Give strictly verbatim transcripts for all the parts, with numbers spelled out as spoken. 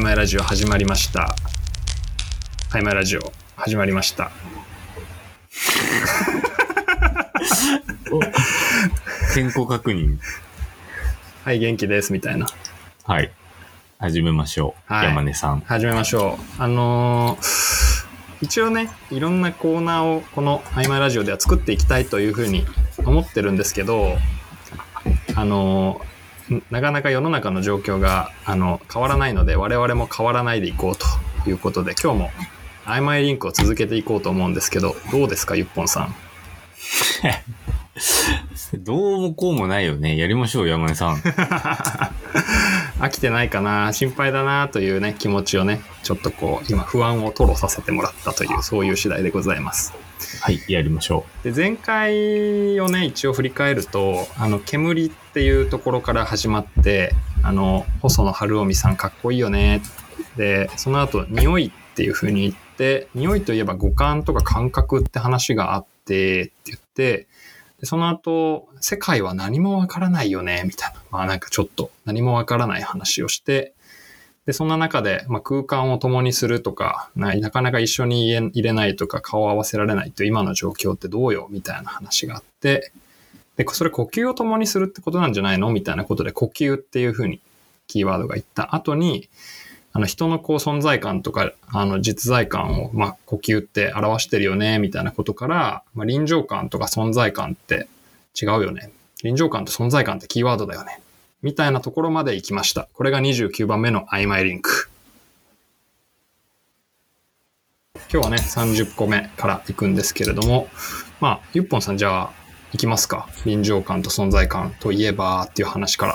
マイラジオ始まりました。アイマイラジオ始まりました。 健康確認。 はい、元気ですみたいな。 はい。始めましょう。はい、山根さん。 始めましょう。あのー、一応ね、いろんなコーナーをこのアイマイラジオでは作っていきたいというふうに思ってるんですけど、あのー、なかなか世の中の状況があの変わらないので、我々も変わらないでいこうということで、今日もアイマイリンクを続けていこうと思うんですけど、どうですか、ゆっぽんさん。 どうもこうもないよね。やりましょう、山根さん。 飽きてないかな、心配だなというね気持ちをね、ちょっとこう今不安を吐露させてもらったという、そういう次第でございます。 はい、やりましょう。で、前回をね一応振り返ると、あの煙っていうところから始まって、あの細野晴臣さんかっこいいよね。で、その後匂いっていう風に言って、匂いといえば五感とか感覚って話があってって言って、でその後世界は何もわからないよねみたいな、まあなんかちょっと何もわからない話をして、でそんな中で、まあ、空間を共にするとか、なかなか一緒に入れないとか顔を合わせられないという今の状況ってどうよみたいな話があって、でそれ呼吸を共にするってことなんじゃないのみたいなことで、呼吸っていう風にキーワードが言った後に、あの人のこう存在感とかあの実在感を、まあ、呼吸って表してるよねみたいなことから、まあ、臨場感とか存在感って違うよね、臨場感と存在感ってキーワードだよねみたいなところまで行きました。これがにじゅうきゅうばんめのアイマイリンク。今日はねさんじゅっこめから行くんですけれども、まあゆっぽんさん、じゃあ行きますか。臨場感と存在感といえばっていう話から。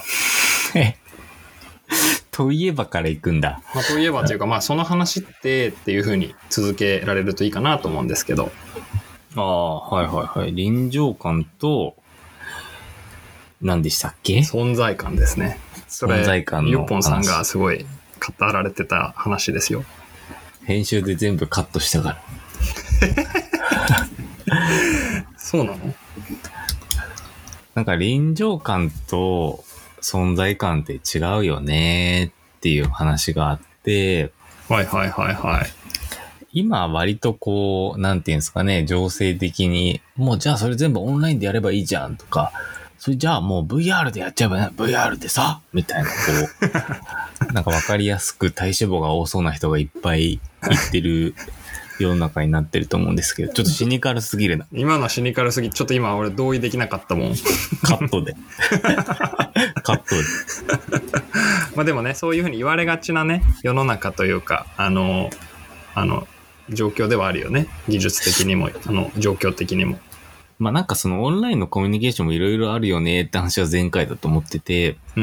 といえばから行くんだ。 まあ、といえばというか、まあその話ってっていう風に続けられるといいかなと思うんですけど。 ああ、はいはいはい。臨場感と何でしたっけ？ 存在感ですね。それ、 存在感の話。 ゆっぽんさんがすごい語られてた話ですよ。 編集で全部カットしたから。 そうなの？ なんか臨場感と存在感って違うよねっていう話があって、 はいはいはいはい。 今割とこう、なんていうんですかね、情勢的に、もうじゃあそれ全部オンラインでやればいいじゃんとか、それじゃあもう ブイアール でやっちゃえばね、ブイアール でさみたいな、こう、なんかわかりやすく体脂肪が多そうな人がいっぱい言ってる世の中になってると思うんですけど、ちょっとシニカルすぎるな。 今のシニカルすぎ、ちょっと今俺同意できなかったもん。 カットで。カットで。 まあでもね、そういうふうに言われがちなね、世の中というか、あの、あの、状況ではあるよね。技術的にも、あの、状況的にも。 まあなんかそのオンラインのコミュニケーションもいろいろあるよねって話は前回だと思ってて、 うん。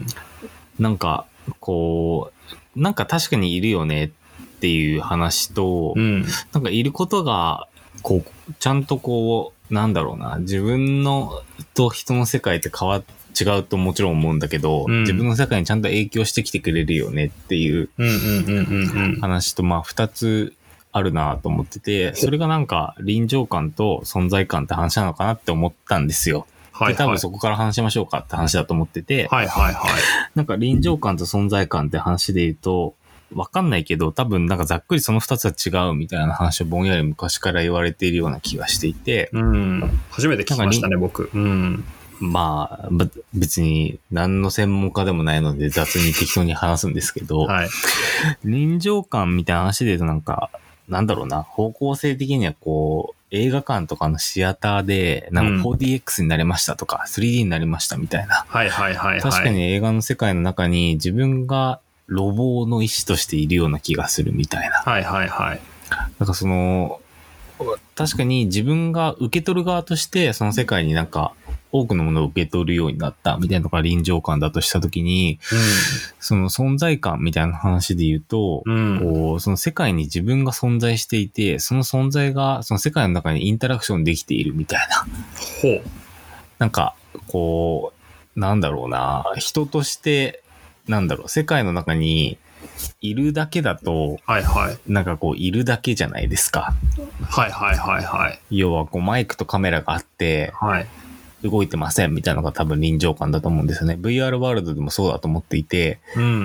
なんか、こう、なんか確かにいるよねっていう話と、 うん、 なんかいることが、こう、ちゃんとこう、なんだろうな、自分のと人の世界って変わっ違うともちろん思うんだけど、うん、自分の世界にちゃんと影響してきてくれるよねっていう話と、まあ二つあるなと思ってて、それがなんか臨場感と存在感って話なのかなって思ったんですよ。はいはい、で多分そこから話しましょうかって話だと思ってて、 はいはいはい、 なんか臨場感と存在感って話で言うと、わかんないけど、多分なんかざっくりその二つは違うみたいな話をぼんやり昔から言われているような気がしていて、 うん、初めて聞きましたね、僕。うん、 まあ、別に何の専門家でもないので雑に適当に話すんですけど、はい、臨場感みたいな話で言うとなんか、なんだろうな、方向性的にはこう、映画館とかのシアターで、なんか フォーディーエックス になれましたとか、うん、スリーディー になりましたみたいな。 はいはいはいはい。 確かに映画の世界の中に自分が路傍の意志としているような気がするみたいな。 はいはいはい。 なんかその、確かに自分が受け取る側としてその世界になんか多くのものを受け取るようになったみたいなのが臨場感だとしたときに、うん、その存在感みたいな話で言うと、うん、こうその世界に自分が存在していて、その存在がその世界の中にインタラクションできているみたいな。 ほう。 なんかこうなんだろうな、人としてなんだろう、世界の中にいるだけだと、 はいはい、 なんかこういるだけじゃないですか。 はいはいはいはい。 要はこうマイクとカメラがあって、 はい、 動いてませんみたいなのが多分臨場感だと思うんですよね。ブイアール ワールドでもそうだと思っていて、 うん、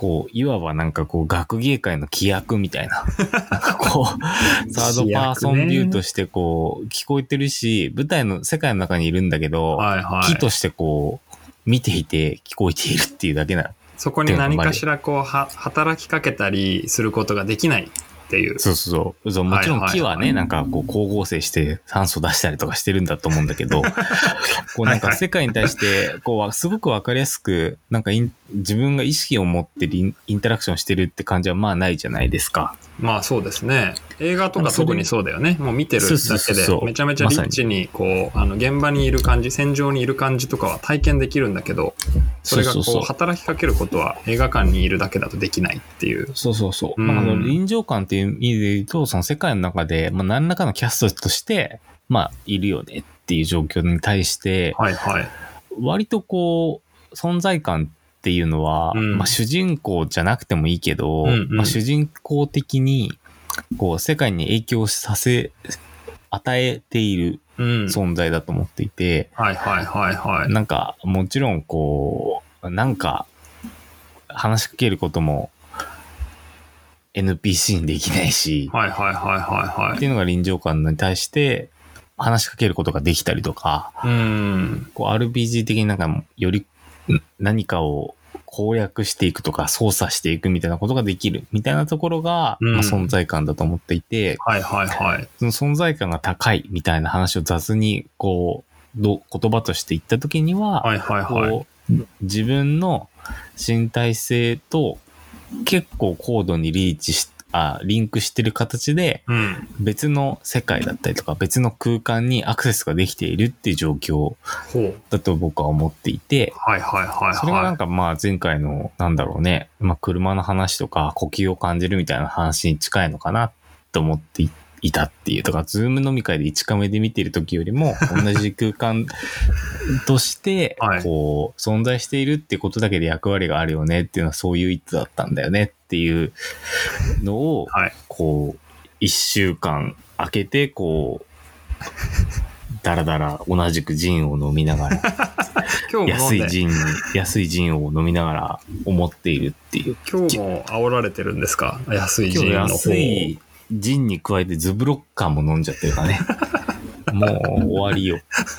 こう、いわばなんかこう、学芸会の規約みたいな、なんかこう、サードパーソンビューとしてこう、聞こえてるし、舞台の世界の中にいるんだけど、 はいはい、 木としてこう、見ていて聞こえているっていうだけな。 そこに何かしらこうは働きかけたりすることができないっていう。 そうそうそう。もちろん木はね、はいはいはい、なんかこう光合成して酸素出したりとかしてるんだと思うんだけど、こうなんか世界に対してこうすごくわかりやすくなんかイン自分が意識を持ってインインタラクションしてるって感じはまあないじゃないですか。 まあそうですね。映画とか特にそうだよね。もう見てるだけでめちゃめちゃリッチにこうあの現場にいる感じ、戦場にいる感じとかは体験できるんだけど、それがこう働きかけることは映画館にいるだけだとできないっていう。 そうそうそう。うん、まあ、あの臨場感っていう意味で言うと、その世界の中でまあ何らかのキャストとしてまあいるよねっていう状況に対して、 はいはい、 割とこう存在感っていうのは、うんまあ、主人公じゃなくてもいいけど、うんうんまあ、主人公的にこう世界に影響させ与えている存在だと思っていて、 うん、はいはいはいはい。 なんかもちろんこうなんか話しかけることも エヌピーシー にできないし、 はいはいはいはいはい。 っていうのが臨場感に対して話しかけることができたりとか、 うんこう アールピージー 的になんかより何かを攻略していくとか操作していくみたいなことができるみたいなところが、うんまあ、存在感だと思っていて、 はいはいはい。 その存在感が高いみたいな話を雑にこうど言葉として言ったときには、 はいはいはい、 こう自分の身体性と結構高度にリーチしあリンクしてる形で、うん、別の世界だったりとか別の空間にアクセスができているっていう状況だと僕は思っていて、 はいはいはいはい、 それがなんかまあ前回のなんだろうね、まあ車の話とか呼吸を感じるみたいな話に近いのかなと思っていたっていう、とかズーム飲み会でいちカメで見ている時よりも同じ空間としてこう存在しているっていうことだけで役割があるよねっていうのはそういう意図だったんだよねっていうのをこういっしゅうかん空けてこうだらだら同じくジンを飲みながら今日も安いジンに安いジンを飲みながら思っているっていう。 今日も煽られてるんですか？安いジンの方。 安いジンに加えてズブロッカーも飲んじゃってるからね。もう終わりよ。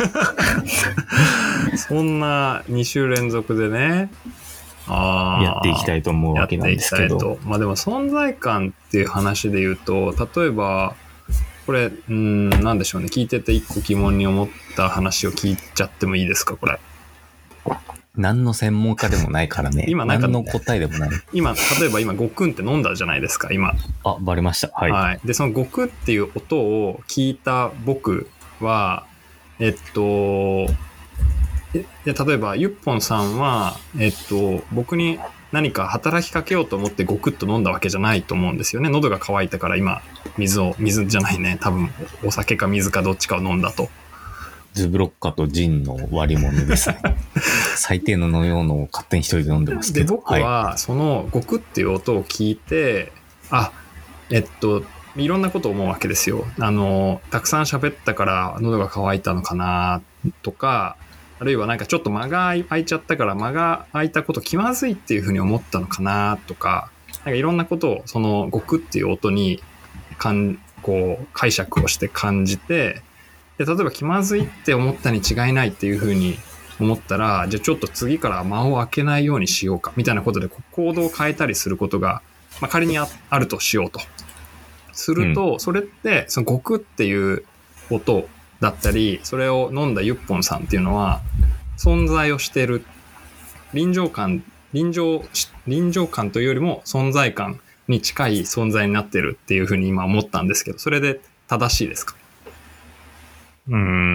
そんなに週連続でね、 あやっていきたいと思うわけなんですけど。 まあでも存在感っていう話で言うと、例えばこれうーんなんでしょうね、聞いてて一個疑問に思った話を聞いちゃってもいいですか？これ何の専門家でもないからね。今なんか何の答えでもない。 今例えば今ごくんって飲んだじゃないですか今。 あ、バレました。はい。はい、 でそのごくっていう音を聞いた僕はえっとえ例えばゆっぽんさんはえっと僕に何か働きかけようと思ってごくっと飲んだわけじゃないと思うんですよね。喉が渇いたから今水を水じゃないね多分お酒か水かどっちかを飲んだと。 ズブロッカとジンの割り物ですね。最低の飲み物を勝手に一人で飲んでますけど。 で僕はそのごくっていう音を聞いて、はい、あえっといろんなことを思うわけですよ。あのたくさん喋ったから喉が渇いたのかなとか、あるいはなんかちょっと間が空いちゃったから間が空いたこと気まずいっていうふうに思ったのかなとか、なんかいろんなことをそのごくっていう音にかんこう解釈をして感じて、で例えば気まずいって思ったに違いないっていうふうに思ったら、じゃあちょっと次から間を空けないようにしようかみたいなことで行動を変えたりすることが、まあ、仮に あ, あるとしようとすると、うん、それってそのごくっていう音だったり、それを飲んだゆっぽんさんっていうのは存在をしている、臨場感臨場臨場感というよりも存在感に近い存在になってるっていうふうに今思ったんですけど、それで正しいですか？ うん、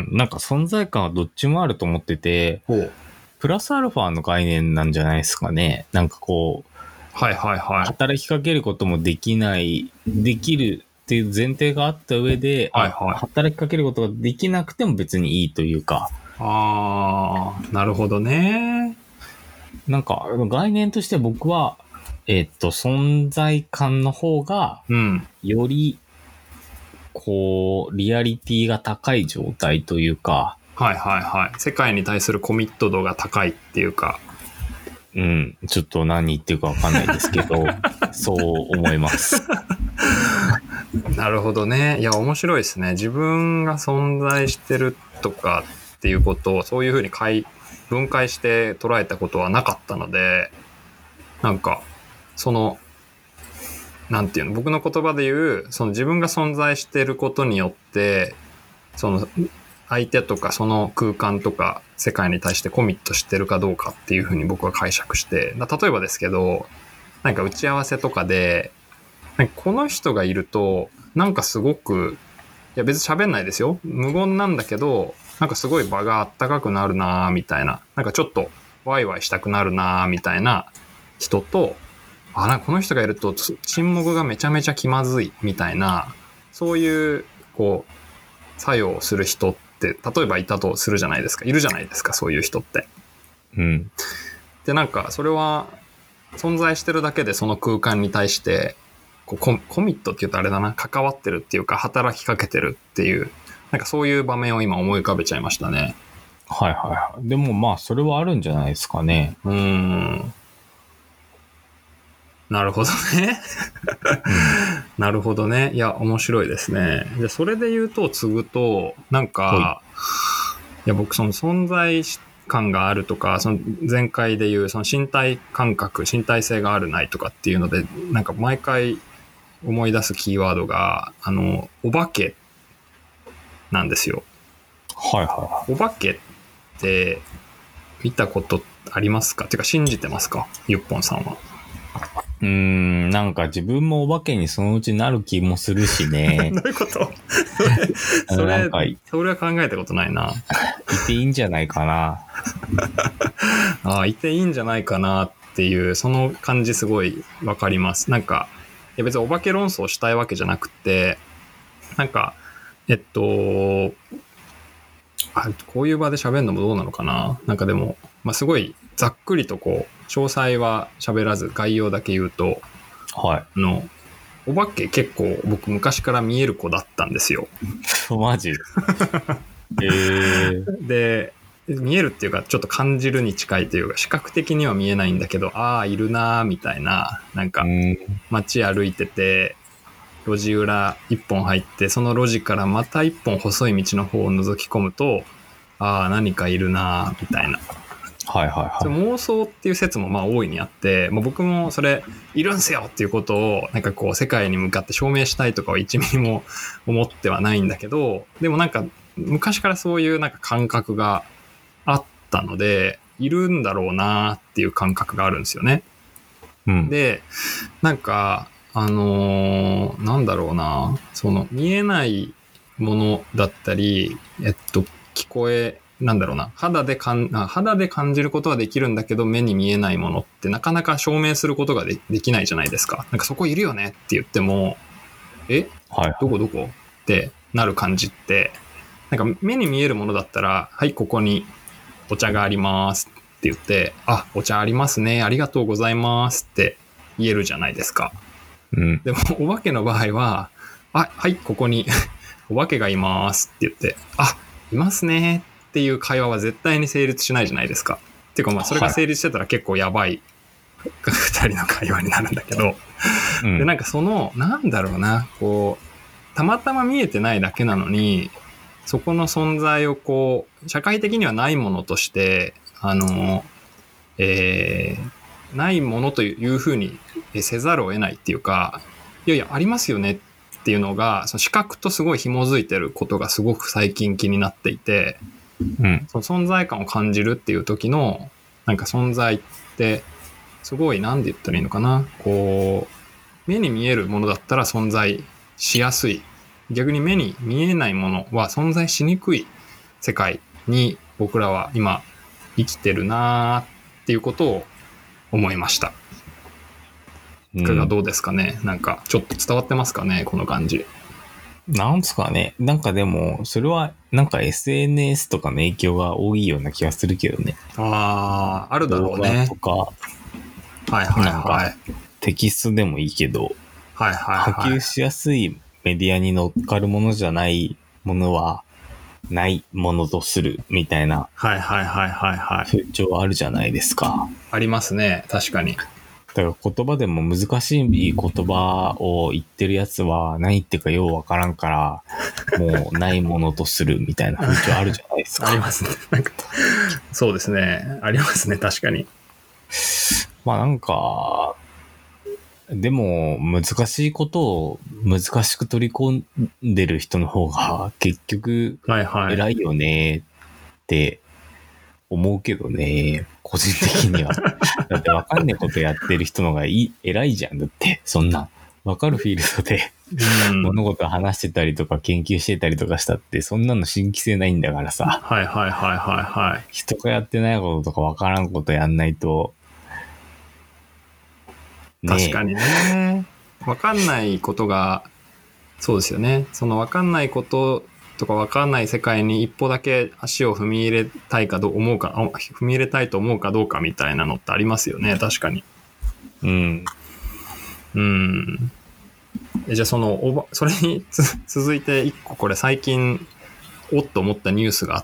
なんか存在感はどっちもあると思ってて、プラスアルファの概念なんじゃないですかね。なんかこう、 はいはいはい。 働きかけることもできない、できるっていう前提があった上で、はいはい、働きかけることができなくても別にいいというか。 ああ、なるほどね。 なんか概念として僕は、えっと、存在感の方が、より、こうリアリティが高い状態というか、 はいはいはい、世界に対するコミット度が高いっていうか、 うん。ちょっと何言ってるかわかんないですけど、そう思います。 なるほどね。いや、面白いですね。自分が存在してるとかっていうことを、そういうふうに分解して捉えたことはなかったので、なんか、その、なんていうの、僕の言葉で言う、その自分が存在していることによって、その、相手とかその空間とか世界に対してコミットしてるかどうかっていうふうに僕は解釈して、例えばですけど、なんか打ち合わせとかで、なんかこの人がいると、なんかすごく、いや別に喋んないですよ。無言なんだけど、なんかすごい場があったかくなるなみたいな、なんかちょっとワイワイしたくなるなみたいな人と、あ、なんかこの人がいると沈黙がめちゃめちゃ気まずいみたいな、そういう、こう、作用をする人って、例えばいたとするじゃないですか。いるじゃないですか、そういう人って。 うん。 で、なんかそれは、存在してるだけでその空間に対して、こう コ, コミットって言うとあれだな、関わってるっていうか、働きかけてるっていう、なんかそういう場面を今思い浮かべちゃいましたね。 はいはいはい。でもまあ、それはあるんじゃないですかね。 うーん。なるほどね。なるほどね。いや、面白いですね。で、それで言うと、継ぐと、なんか、いや、僕、その存在感があるとか、その前回で言う、その身体感覚、身体性があるないとかっていうので、なんか毎回思い出すキーワードが、あの、お化けなんですよ。 はいはい。 お化けって見たことありますか？てか信じてますか？ゆっぽんさんは。 うーん、なんか自分もお化けにそのうちなる気もするしね。 どういうことそれ、それ、それは考えたことないな。 いていいんじゃないかな。 ああ、いていいんじゃないかなっていう、その感じすごいわかります。なんか、いや別にお化け論争したいわけじゃなくて、なんか、えっと、あ、こういう場で喋るのもどうなのかな。なんかでも、まあ、すごいざっくりとこう、詳細は喋らず概要だけ言うと、 はい。 あの、お化け結構僕昔から見える子だったんですよ。 マジえー、 で、見えるっていうかちょっと感じるに近いというか、視覚的には見えないんだけど、ああ、いるなーみたいな、なんか街歩いてて、路地裏一本入って、その路地からまた一本細い道の方を覗き込むと、ああ、何かいるなーみたいな。 はいはいはい。 妄想っていう説もまあ大いにあって、もう僕もそれいるんすよっていうことをなんかこう世界に向かって証明したいとかはいちミリも思ってはないんだけど、でもなんか昔からそういうなんか感覚があったので、いるんだろうなっていう感覚があるんですよね。 うん、 で、なんかあのー、なんだろうな、その見えないものだったり、えっと聞こえなんだろうな、肌でかん、肌で感じることはできるんだけど、目に見えないものってなかなか証明することが で, できないじゃないですか。なんかそこいるよねって言っても、え、 はい、 どこどこってなる感じって、なんか目に見えるものだったら、はい、ここにお茶がありますって言って、あ、お茶ありますね、ありがとうございますって言えるじゃないですか。 うん、 でも、お化けの場合は、あ、はい、ここにお化けがいますって言って、あ、いますねっていう会話は絶対に成立しないじゃないですか。っていうかまあそれが成立してたら結構やばい二人の会話になるんだけど、うん、でなんかそのなんだろうな、こうたまたま見えてないだけなのに、そこの存在をこう社会的にはないものとしてあの、えー、ないものというふうにせざるを得ないっていうか、いやいやありますよねっていうのが、その視覚とすごい紐づいてることがすごく最近気になっていて、うん、その存在感を感じるっていう時のなんか存在ってすごいなんで言ったらいいのかな、こう目に見えるものだったら存在しやすい、逆に目に見えないものは存在しにくい世界に僕らは今生きてるなっていうことを思いました。いかがどうですかね、うん、なんかちょっと伝わってますかね、この感じ。 なんですかね。なんかでも、それは、なんか エスエヌエス とかの影響が多いような気がするけどね。 ああ、あるだろうね。 動画とか、 はいはいはい。 テキストでもいいけど、 はいはいはい。 波及しやすいメディアに乗っかるものじゃないものは、 ないものとするみたいなはいはいはいはいはい。 風潮あるじゃないですか。 ありますね。確かに。 だから言葉でも難しい言葉を言ってるやつは何言ってるかようわからんから、もうないものとするみたいな風潮あるじゃないですか。 ありますね。なんか、そうですね。ありますね。確かに。 まあなんか、でも難しいことを難しく取り込んでる人の方が結局はいはい。 偉いよねって思うけどね、個人的には。だって分かんないことやってる人の方がいい偉いじゃん。だってそんな分かるフィールドでうん、 物事を話してたりとか研究してたりとかしたってそんなの新規性ないんだからさ。 はいはいはいはいはい。 人がやってないこととか分からんことやんないと、 ね、確かにね。分かんないことが、そうですよね。その分かんないこととか分かんない世界に一歩だけ足を踏み入れたいかどう思うか、踏み入れたいと思うかどうかみたいなのってありますよね。確かに。 うん。 うん。じゃあそのおば、それに続いて一個これ最近おっと思ったニュースがあって、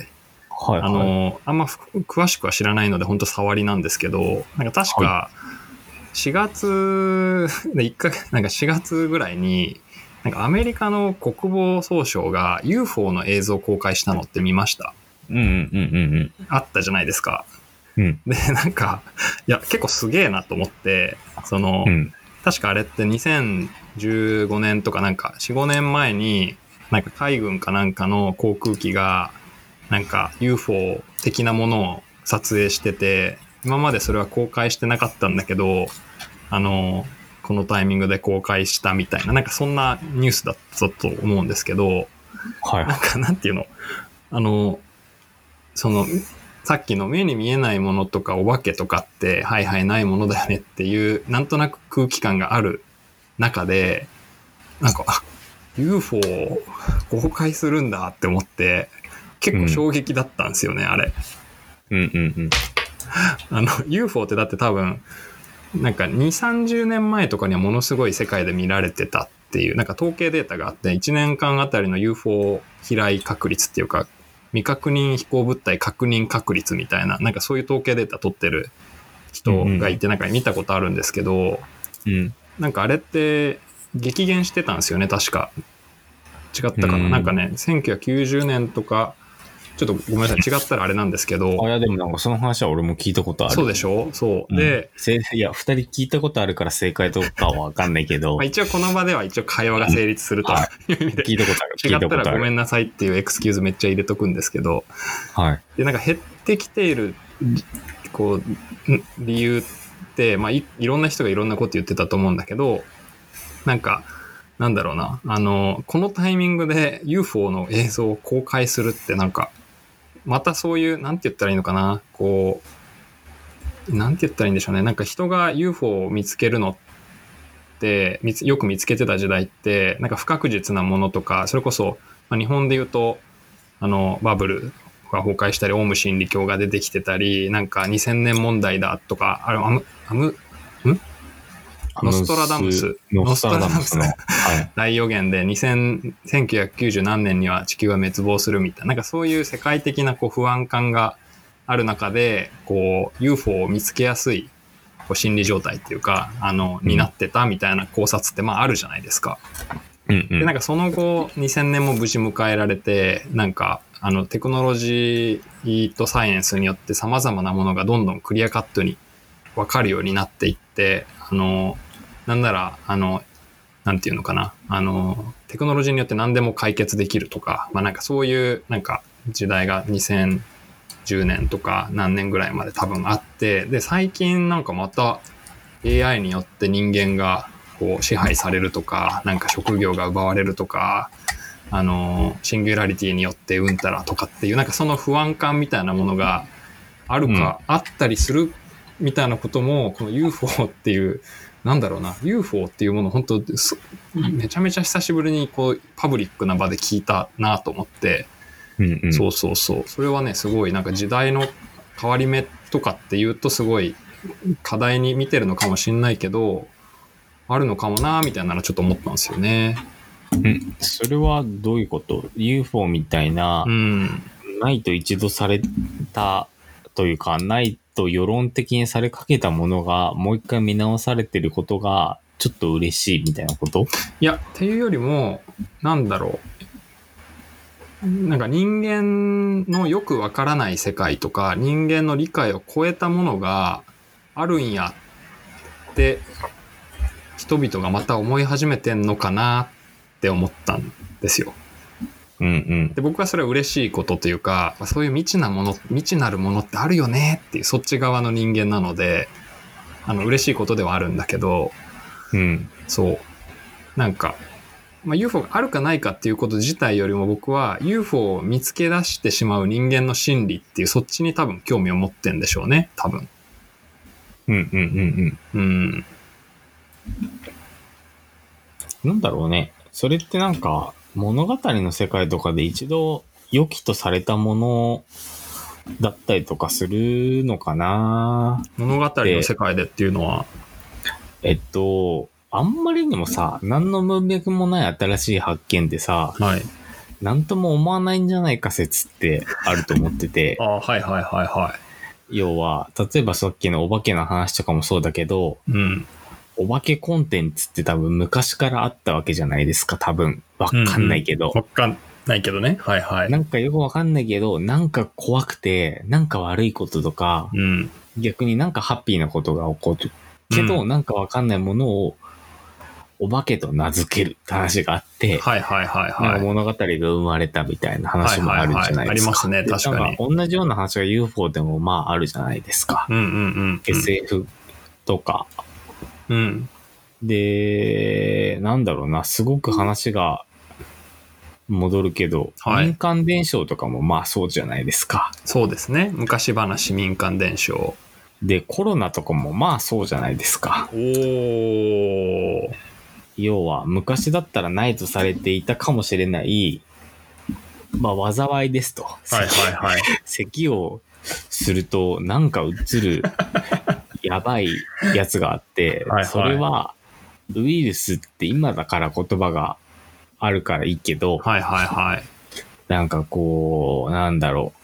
はいはい、 あの、あんま詳しくは知らないので本当触りなんですけど、なんか確かしがつでいっかげつ、なんかしがつぐらいに、なんかアメリカの国防総省が ユーフォー の映像を公開したのって見ました？ うんうんうんうんうん。 あったじゃないですか。 うん。 で、なんか、いや、結構すげえなと思って、その、うん、確かあれってにせんじゅうごねんとかなんかよん、ごねんまえに、なんか海軍かなんかの航空機が、なんか ユーフォー 的なものを撮影してて、今までそれは公開してなかったんだけど、あの、このタイミングで公開したみたいな、なんかそんなニュースだったと思うんですけど、 はい、 なんかなんていうの、あの、その、さっきの目に見えないものとかお化けとかって、はいはいないものだよねっていう、なんとなく空気感がある中で、なんか、あ、ユーフォー を公開するんだって思って、結構衝撃だったんですよね、うん、あれ。 うんうんうん。 あの、ユーフォー ってだって多分、なんかに、さんじゅうねんまえとかにはものすごい世界で見られてたっていう、なんか統計データがあって、いちねんかんあたりの ユーフォー 飛来確率っていうか、未確認飛行物体確認確率みたいな、なんかそういう統計データ取ってる人がいて、なんか見たことあるんですけど、 うん、 なんかあれって激減してたんですよね、確か。違ったかな、うん、なんかね、せんきゅうひゃくきゅうじゅうねんとか、ちょっとごめんなさい、違ったらあれなんですけど。 あ、いやでもなんかその話は俺も聞いたことある。 そうでしょ？そう。うん、で、 いや、二人聞いたことあるから正解とかはわかんないけど。 まあ一応この場では一応会話が成立するという意味で。 聞いたことある。 違ったらごめんなさいっていうエクスキューズめっちゃ入れとくんですけど。 はい。 で、なんか減ってきている、こう、理由って、まあい、いろんな人がいろんなこと言ってたと思うんだけど、なんか、なんだろうな、あの、このタイミングで ユーフォー の映像を公開するってなんか、またそういう、なんて言ったらいいのかな、こう、なんて言ったらいいんでしょうね。なんか人が ユーフォー を見つけるのって、よく見つけてた時代って、なんか不確実なものとか、それこそ、まあ、日本で言うと、あの、バブルが崩壊したり、オウム真理教が出てきてたり、なんかにせんねん問題だとか、あれ、アム、アム、んノストラダムス。 ノストラダムスの、はい、 大予言でにせん、せんきゅうひゃくきゅうじゅう何年には地球は滅亡するみたいな、なんかそういう世界的なこう不安感がある中で、こう ユーフォー を見つけやすいこう心理状態っていうか、あの、になってたみたいな考察ってまああるじゃないですか。 うんうん、 で、なんかその後にせんねんも無事迎えられて、なんかあのテクノロジーとサイエンスによって様々なものがどんどんクリアカットに分かるようになっていって、あの、なんなら、あの、なんていうのかな、あの、テクノロジーによって何でも解決できるとか、まあなんかそういうなんか時代がにせんじゅうねんとか何年ぐらいまで多分あって、で、最近なんかまた エーアイ によって人間がこう支配されるとか、なんか職業が奪われるとか、あの、シンギュラリティによってうんたらとかっていう、なんかその不安感みたいなものがあるか、うん、あったりするみたいなことも、この ユーフォー っていう、なんだろうな、ユーフォー っていうもの本当めちゃめちゃ久しぶりにこうパブリックな場で聞いたなと思って、うんうん、そうそうそう、それはねすごいなんか時代の変わり目とかっていうとすごい課題に見てるのかもしれないけど、あるのかもなみたいなのちょっと思ったんですよね。 ん、それはどういうこと？ ユーフォー みたいな、うん、ないと一度されたというか、ないと世論的にされかけたものがもう一回見直されてることがちょっと嬉しいみたいなこと？ いや、っていうよりも、なんだろう。なんか人間のよくわからない世界とか、人間の理解を超えたものがあるんやって、人々がまた思い始めてんのかなって思ったんですよ。 うんうん、 で僕はそれは嬉しいことというか、そういう未知なもの、未知なるものってあるよねっていうそっち側の人間なので、あの嬉しいことではあるんだけど、 うん、 そうなんか、まあ、ユーフォー があるかないかっていうこと自体よりも僕は ユーフォー を見つけ出してしまう人間の心理っていうそっちに多分興味を持ってんでしょうね、多分。 うんうんうんうん。うん。なんだろうね。それってなんか物語の世界とかで一度良きとされたものだったりとかするのかな。 物語の世界でっていうのは、 えっとあんまりにもさ、何の文脈もない新しい発見ってさ、 はい、 なんとも思わないんじゃないか説ってあると思ってて。 あ、はいはいはいはい。 要は、例えばさっきのお化けの話とかもそうだけど、 うん、 お化けコンテンツって多分昔からあったわけじゃないですか、多分。わかんないけど。 わ、うんうん、かんないけどね。はいはい。 なんかよくわかんないけど、なんか怖くて、なんか悪いこととか、 うん、 逆になんかハッピーなことが起こる。けど、うん、なんかわかんないものを、お化けと名付けるって話があって、 はいはいはいはい。 なんか物語が生まれたみたいな話もあるじゃないですか。はいはいはい、ありますね、確かに。 同じような話が ユーフォー でもまああるじゃないですか。 うんうんうん、 エスエフ とか。 うん。 で、なんだろうな、すごく話が戻るけど、はい、民間伝承とかもまあそうじゃないですか。 そうですね。昔話民間伝承。 で、コロナとかもまあそうじゃないですか。 おー。 要は昔だったらないとされていたかもしれないまあ災いですと。 はいはいはい。 咳をするとなんかうつるやばいやつがあってはい、はい、それはウイルスって今だから言葉があるからいいけど、 はいはいはい。 なんかこうなんだろう。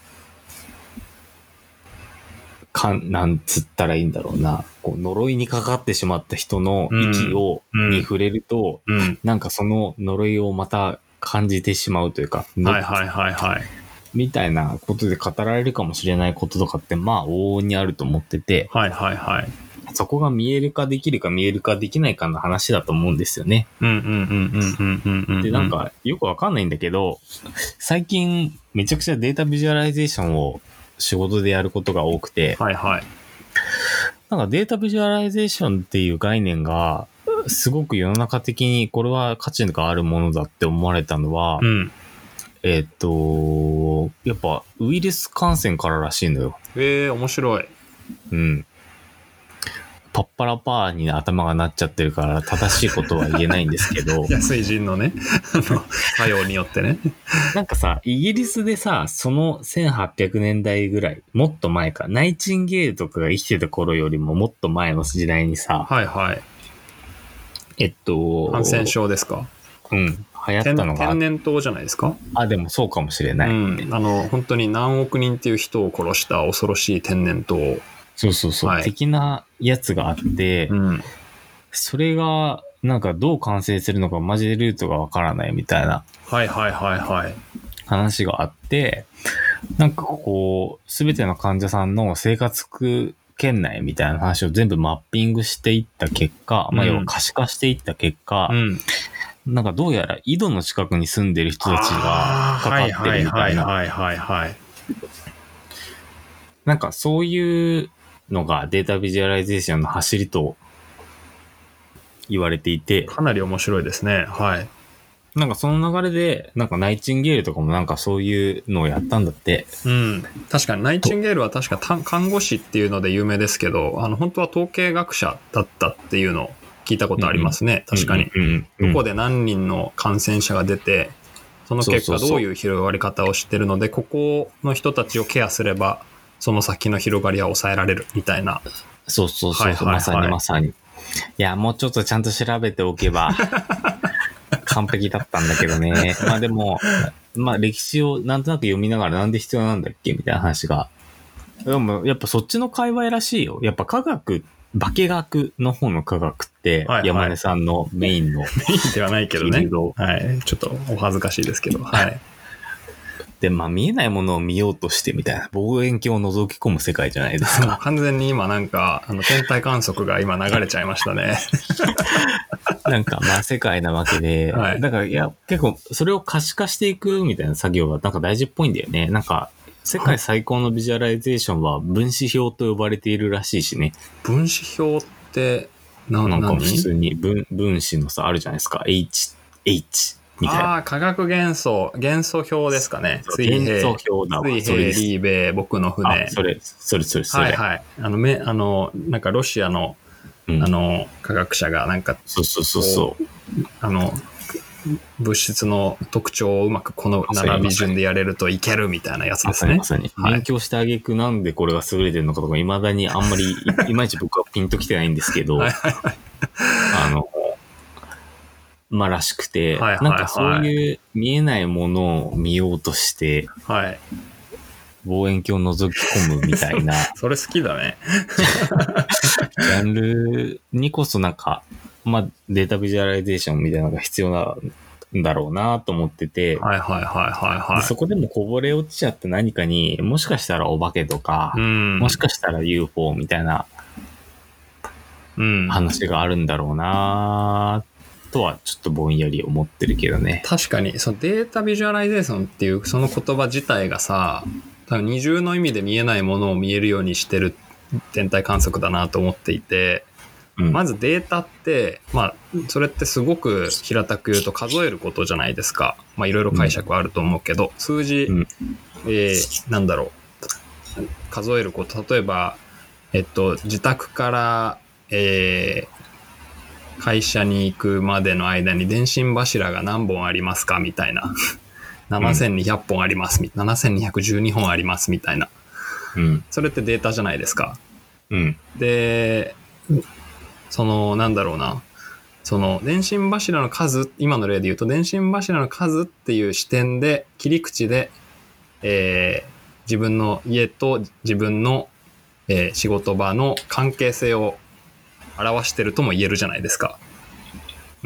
かん、なんつったらいいんだろうな。こう呪いにかかってしまった人の息を、うん、に触れると、うん、なんかその呪いをまた感じてしまうというか、 はいはいはいはい。 みたいなことで語られるかもしれないこととかってまあ往々にあると思ってて、 はいはいはい。 そこが見えるかできるか見えるかできないかの話だと思うんですよね。 うんうんうんうんうんうん。 で、なんかよくわかんないんだけど、最近めちゃくちゃデータビジュアライゼーションを仕事でやることが多くて、 はいはい。 なんかデータビジュアライゼーションっていう概念がすごく世の中的にこれは価値があるものだって思われたのは、うん、えっと、やっぱウイルス感染かららしいのよ。 えー、面白い。 うん。パッパラパーに頭がなっちゃってるから正しいことは言えないんですけど安い人のねあの作用によってねなんかさイギリスでさそのせんはっぴゃくねんだいぐらいもっと前かナイチンゲールとかが生きてた頃よりももっと前の時代にさはいはいえっと感染症ですかうん流行ったのが天然痘じゃないですかあでもそうかもしれない、うん、 あの本当に何億人っていう人を殺した恐ろしい天然痘そうそうそう、はい、的なやつがあって、うん、それがなんかどう感染するのかマジでルートがわからないみたいなはいはいはいはい話があって、なんかこうすべての患者さんの生活圏内みたいな話を全部マッピングしていった結果、うん、まあ要は可視化していった結果、うん、なんかどうやら井戸の近くに住んでる人たちがかかってるみたいな、 はいはいはいはいはい、 なんかそういうのがデータビジュアライゼーションの走りと言われていてかなり面白いですね。はい。 なんかその流れでなんかナイチンゲールとかもなんかそういうのをやったんだって。 うん。確かにナイチンゲールは確か看護師っていうので有名ですけど、あの本当は統計学者だったっていうのを聞いたことありますね。うんうん、確かに、うんうんうん。どこで何人の感染者が出て、その結果どういう広がり方をしてるので、ここの人たちをケアすれば。その先の広がりは抑えられるみたいな。 そうそうそう、はいはいはい、まさにまさに。いや、もうちょっとちゃんと調べておけば、 完璧だったんだけどね。まあでも、まあ歴史をなんとなく読みながらなんで必要なんだっけみたいな話が。でもやっぱそっちの界隈らしいよ。やっぱ科学、化学の方の科学って、はいはい、山根さんのメインの。メインではないけどね。はい。ちょっとお恥ずかしいですけど。はい。 で、まあ見えないものを見ようとしてみたいな、望遠鏡を覗き込む世界じゃないですか。 完全に今なんか、あの、天体観測が今流れちゃいましたね。 なんかまあ世界なわけで、はい、だからいや、結構それを可視化していくみたいな作業がなんか大事っぽいんだよね。なんか、世界最高のビジュアライゼーションは分子表と呼ばれているらしいしね。 分子表って、 な、なんか普通に 分, 分子のさ、あるじゃないですか。H、H。みたいな。 ああ、化学元素、元素表ですかね。 水平。元素表だわ。 水平、リーベ、僕の船。 あ、それ、それ、それ、それ。 はいはい。あの、め、あの、なんかロシアの、うん、あの、科学者がなんか、 そうそうそうそう。 あの、物質の特徴をうまくこの並び順でやれるといけるみたいなやつですね。 まさに。まさに。勉強してあげくなんでこれが優れてるのかとか、未だにあんまり、いまいち僕はピンときてないんですけど、はいはいはい、あの、まあらしくて、はいはいはい、なんかそういう見えないものを見ようとして、はい、望遠鏡を覗き込むみたいな。 それ好きだね。 ジャンルにこそなんか、まあデータビジュアライゼーションみたいなのが必要なんだろうなと思ってて、 はいはいはいはいはい。 そこでもこぼれ落ちちゃった何かに、もしかしたらお化けとか、うん、もしかしたら ユーフォー みたいな話があるんだろうなとはちょっとぼんやり思ってるけどね。 確かに、そのデータビジュアライゼーションっていうその言葉自体がさ、多分二重の意味で見えないものを見えるようにしてる天体観測だなと思っていて、うん、まずデータって、まあ、それってすごく平たく言うと数えることじゃないですか。まあ、いろいろ解釈はあると思うけど、うん、数字、うん、えー、なんだろう、数えること、例えば、えっと、自宅から、えー、会社に行くまでの間に電信柱が何本ありますかみたいな。ななせんにひゃっぽんあります。ななせんにひゃくじゅうにほんありますみたいな。うん。それってデータじゃないですか。うん。で、その、なんだろうな。その、電信柱の数、今の例で言うと、電信柱の数っていう視点で、切り口で、えー、自分の家と自分の、えー、仕事場の関係性を表してるとも言えるじゃないですか。 うん、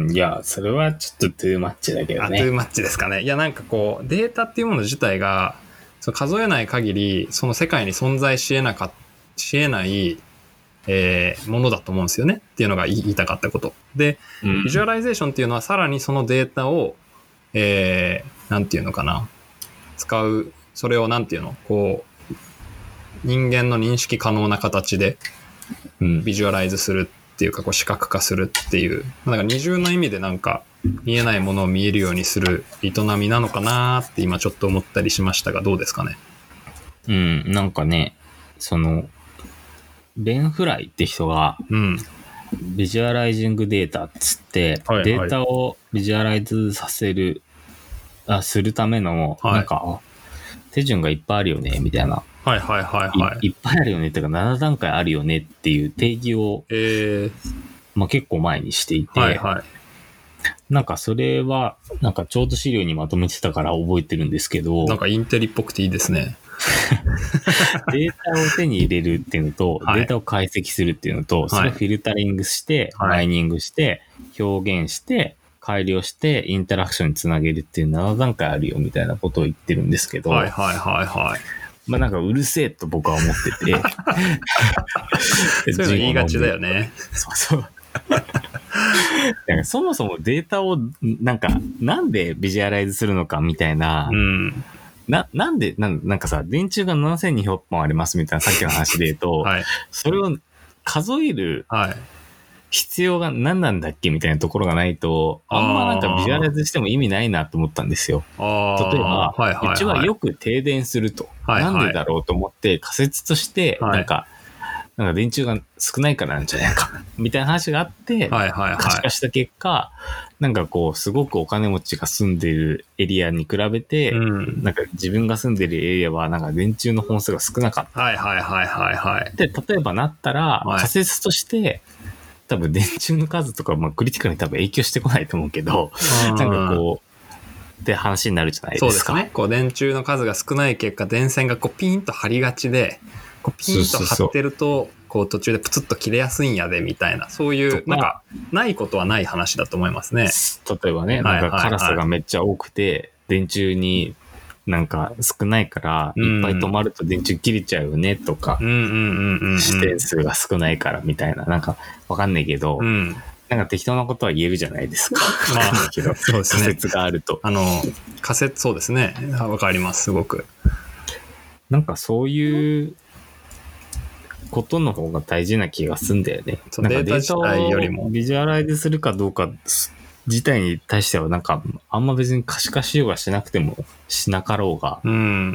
いや、それはちょっとトゥーマッチだけどね。 あ、トゥーマッチですかね。いや、なんかこう、データっていうもの自体が、その数えない限り、その世界に存在し得なか、し得ない、えー、ものだと思うんですよね。っていうのが言いたかったこと。で、うん、ビジュアライゼーションっていうのはさらにそのデータを、えー、なんていうのかな。使う、それをなんていうの、こう、人間の認識可能な形で、ビジュアライズするっていうか、こう視覚化するっていう、なんか二重の意味でなんか見えないものを見えるようにする営みなのかなって今ちょっと思ったりしましたが、どうですかね。 うん、なんかね、そのベン・フライって人が、うん、ビジュアライジングデータっつって、はいはい、データをビジュアライズさせるあするための、はい、なんか手順がいっぱいあるよねみたいな。 はいはいはいはい。 い, いっぱいあるよねっていうかなな段階あるよねっていう定義を、えーまあ、結構前にしていて、はいはい、なんかそれはなんかちょうど資料にまとめてたから覚えてるんですけど、 なんかインテリっぽくていいですね。 データを手に入れるっていうのと、はい、データを解析するっていうのと、それをフィルタリングして、はい、マイニングして、表現して、改良して、インタラクションにつなげるっていうなな段階あるよみたいなことを言ってるんですけど、 はいはいはいはい。 まあなんかうるせえと僕は思ってて。 そういうの言いがちだよね。 そうそう。なんかそもそもデータをなんかなんでビジュアライズするのかみたいな、うん、な, なんでな、なんかさ、電柱がななせんにひゃっぽんありますみたいなさっきの話で言うと、はい、それを数える必要が何なんだっけみたいなところがないと、あんまなんかビジュアライズしても意味ないなと思ったんですよ。例えば、はいはいはい、うちはよく停電すると、はいはい。なんでだろうと思って仮説として、なんか、はい、なんか電柱が少ないからなんじゃないか、みたいな話があって、はいはいはい、可視化した結果、なんかこう、すごくお金持ちが住んでいるエリアに比べて、うん、なんか自分が住んでいるエリアは、なんか電柱の本数が少なかった。 はいはいはいはいはい。 で、例えばなったら、仮説として、 多分電柱の数とか、まあ、クリティカルに多分影響してこないと思うけど、なんかこう、って話になるじゃないですか。 そうですね。こう電柱の数が少ない結果、電線がこうピンと張りがちで、こうピンと張ってると、そうそうそう、こう途中でプツッと切れやすいんやで、みたいな、そういう、なんか、ないことはない話だと思いますね。 例えばね、なんかカラスがめっちゃ多くて、電柱になんか少ないから、いっぱい止まると電柱切れちゃうよね、とか、視点数が少ないからみたいな、なんかわかんないけど、うん、なんか適当なことは言えるじゃないですか。まあ、そうですね。仮説があると。 あの、仮説、そうですね。わかります、すごく。 なんかそういうことの方が大事な気がするんだよね。なんかデータ自体よりも。ビジュアライズするかどうか自体に対しては、なんか、あんま別に可視化しようがしなくても、しなかろうが、うん。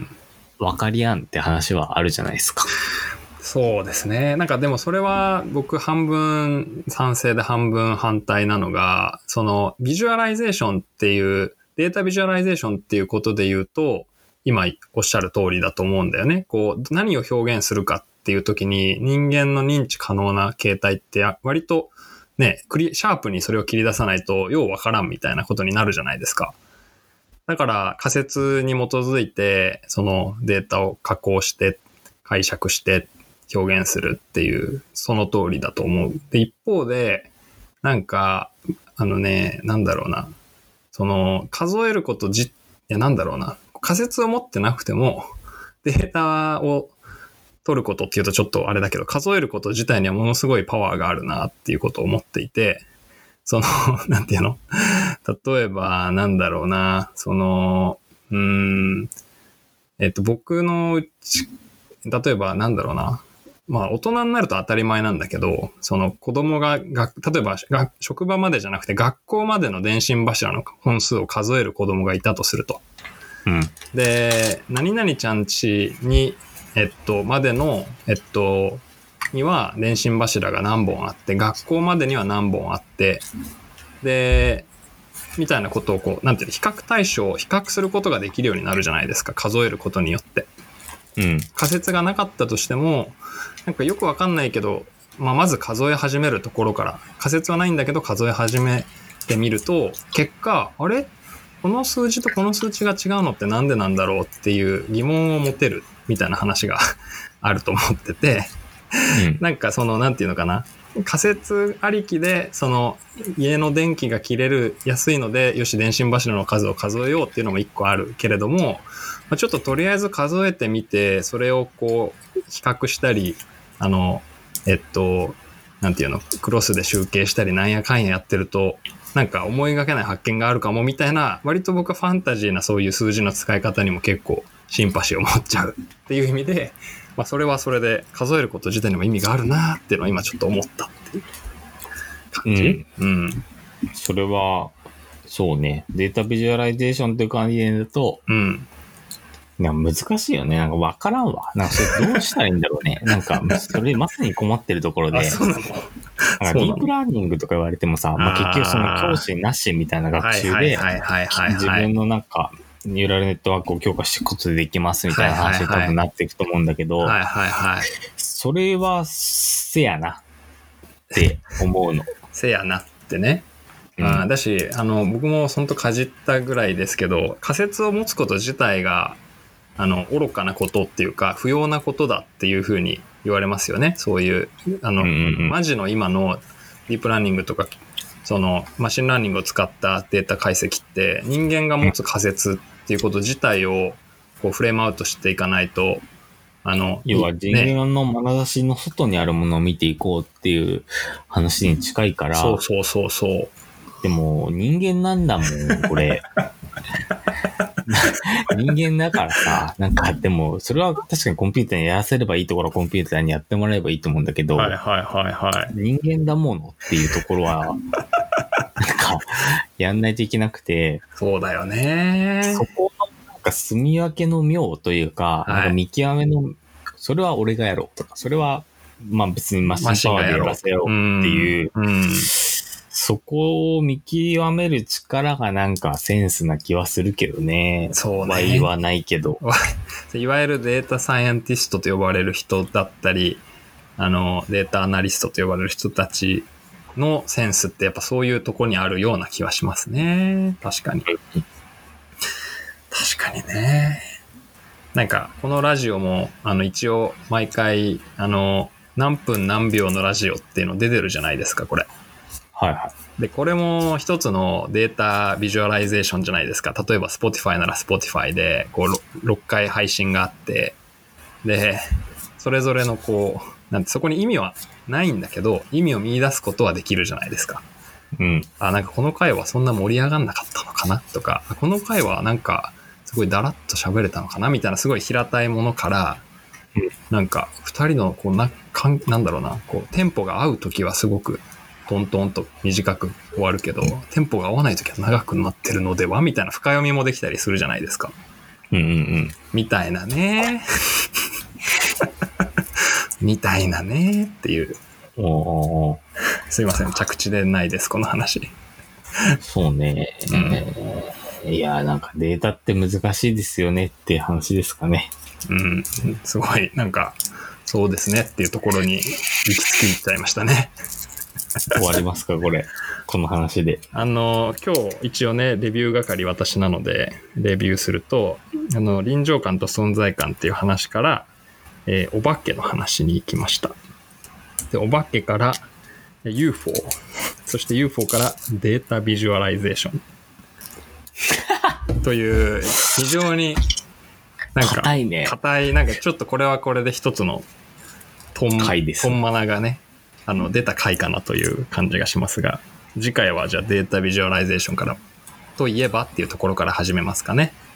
わかりやんって話はあるじゃないですか。 そうですね。なんかでもそれは僕半分賛成で半分反対なのが、そのビジュアライゼーションっていう、データビジュアライゼーションっていうことで言うと、今おっしゃる通りだと思うんだよね。こう、何を表現するかっていう時に人間の認知可能な形態って割とね、クリ、シャープにそれを切り出さないとようわからんみたいなことになるじゃないですか。だから仮説に基づいてそのデータを加工して解釈して表現するっていうその通りだと思う。で、一方でなんかあのね、なんだろうな、その数えることじ、いやなんだろうな、仮説を持ってなくてもデータを取ることっていうとちょっとあれだけど、数えること自体にはものすごいパワーがあるなっていうことを思っていて、その、なんていうの？例えば、なんだろうな、その、うーん、えっと、僕のうち、例えばなんだろうな、まあ大人になると当たり前なんだけど、その子供が、が例えばが職場までじゃなくて学校までの電信柱の本数を数える子供がいたとすると。うん、で、何々ちゃんちに、えっと、までの、えっと、には電信柱が何本あって、学校までには何本あって、で、みたいなことをこう、なんていうの、比較対象を比較することができるようになるじゃないですか、数えることによって。うん。仮説がなかったとしても、なんかよくわかんないけど、まあ、まず数え始めるところから、仮説はないんだけど数え始めてみると、結果、あれ？この数字とこの数値が違うのってなんでなんだろうっていう疑問を持てるみたいな話があると思ってて、うん、なんかそのなんていうのかな、仮説ありきでその家の電気が切れる安いのでよし電信柱の数を数えようっていうのも一個あるけれども、まあ、ちょっととりあえず数えてみてそれをこう比較したり、あのえっとなんていうの、クロスで集計したりなんやかんややってるとなんか思いがけない発見があるかもみたいな、割と僕はファンタジーなそういう数字の使い方にも結構シンパシーを持っちゃうっていう意味で、まあそれはそれで数えること自体にも意味があるなっていうのを今ちょっと思ったっていう感じ。うん。うん、 それは、そうね。データビジュアライゼーションっていう感じだと、うん。いや難しいよね。なんか分からんわ。なんかそれどうしたらいいんだろうね。なんか、それまさに困ってるところで。あ、そうなの？なんかディープラーニングとか言われてもさ、まあ、結局その教師なしみたいな学習で、自分のなんか、ニューラルネットワークを強化していくことでできますみたいな話に多分なっていくと思うんだけど、はいはいはい、それはせやなって思うの。 せやなってね。うん、だし、あの、僕も本当かじったぐらいですけど、仮説を持つこと自体が、あの、愚かなことっていうか、不要なことだっていうふうに言われますよね。そういう、あの、うんうんうん、マジの今のディープラーニングとか、その、マシンラーニングを使ったデータ解析って、人間が持つ仮説っていうこと自体を、こう、フレームアウトしていかないと、あの、 要は人間の眼差しの外にあるものを見ていこうっていう話に近いから、 そうそうそうそう。 でも、人間なんだもん、これ。人間だからさ、なんか、でも、それは確かにコンピューターにやらせればいいところはコンピューターにやってもらえばいいと思うんだけど、はいはいはいはい。人間だものっていうところは、なんか、やんないといけなくて、 そうだよね。 そこの、なんか、住み分けの妙というか、はい、なんか見極めの、それは俺がやろうとか、それは、まあ別にマシンパワーでやらせようっていう、うんうん、そこを見極める力がなんかセンスな気はするけどね。そうね。場合はないけど。 いわゆるデータサイエンティストと呼ばれる人だったり、あの、データアナリストと呼ばれる人たちのセンスってやっぱそういうとこにあるような気はしますね。確かに。確かにね。なんか、このラジオも、あの、一応、毎回、あの、何分何秒のラジオっていうの出てるじゃないですか、これ。 はいはい。 で、これも一つのデータビジュアライゼーションじゃないですか。例えば、Spotify なら Spotify で、こう、ろっかい配信があって、で、それぞれのこう、なんて、そこに意味はないんだけど、意味を見出すことはできるじゃないですか。 うん。 あ、なんかこの回はそんな盛り上がんなかったのかなとか、この回はなんか、すごいだらっと喋れたのかなみたいなすごい平たいものから、うん、なんか二人のこうな、かん、なんだろうな、こうテンポが合うときはすごくトントンと短く終わるけど、テンポが合わないときは長くなってるのではみたいな深読みもできたりするじゃないですか。 うんうんうん。 みたいなね。みたいなねっていう。 おー。 すいません、着地でないです、この話。 そうね。うん、いや、なんかデータって難しいですよねっていう話ですかね。 うん、すごい、なんか、そうですねっていうところに行き着いちゃいましたね。 終わりますか、これ。この話で。 あの、今日一応ね、レビュー係私なので、レビューすると、あの、臨場感と存在感っていう話から、えー、お化けの話に行きました。で、お化けから ユーフォー、そして ユーフォー からデータビジュアライゼーションという非常になんか硬いね。 硬い、なんかちょっとこれはこれで一つのトントンマナがね、あの出た回かなという感じがしますが、次回はじゃあデータビジュアライゼーションからといえばっていうところから始めますかね。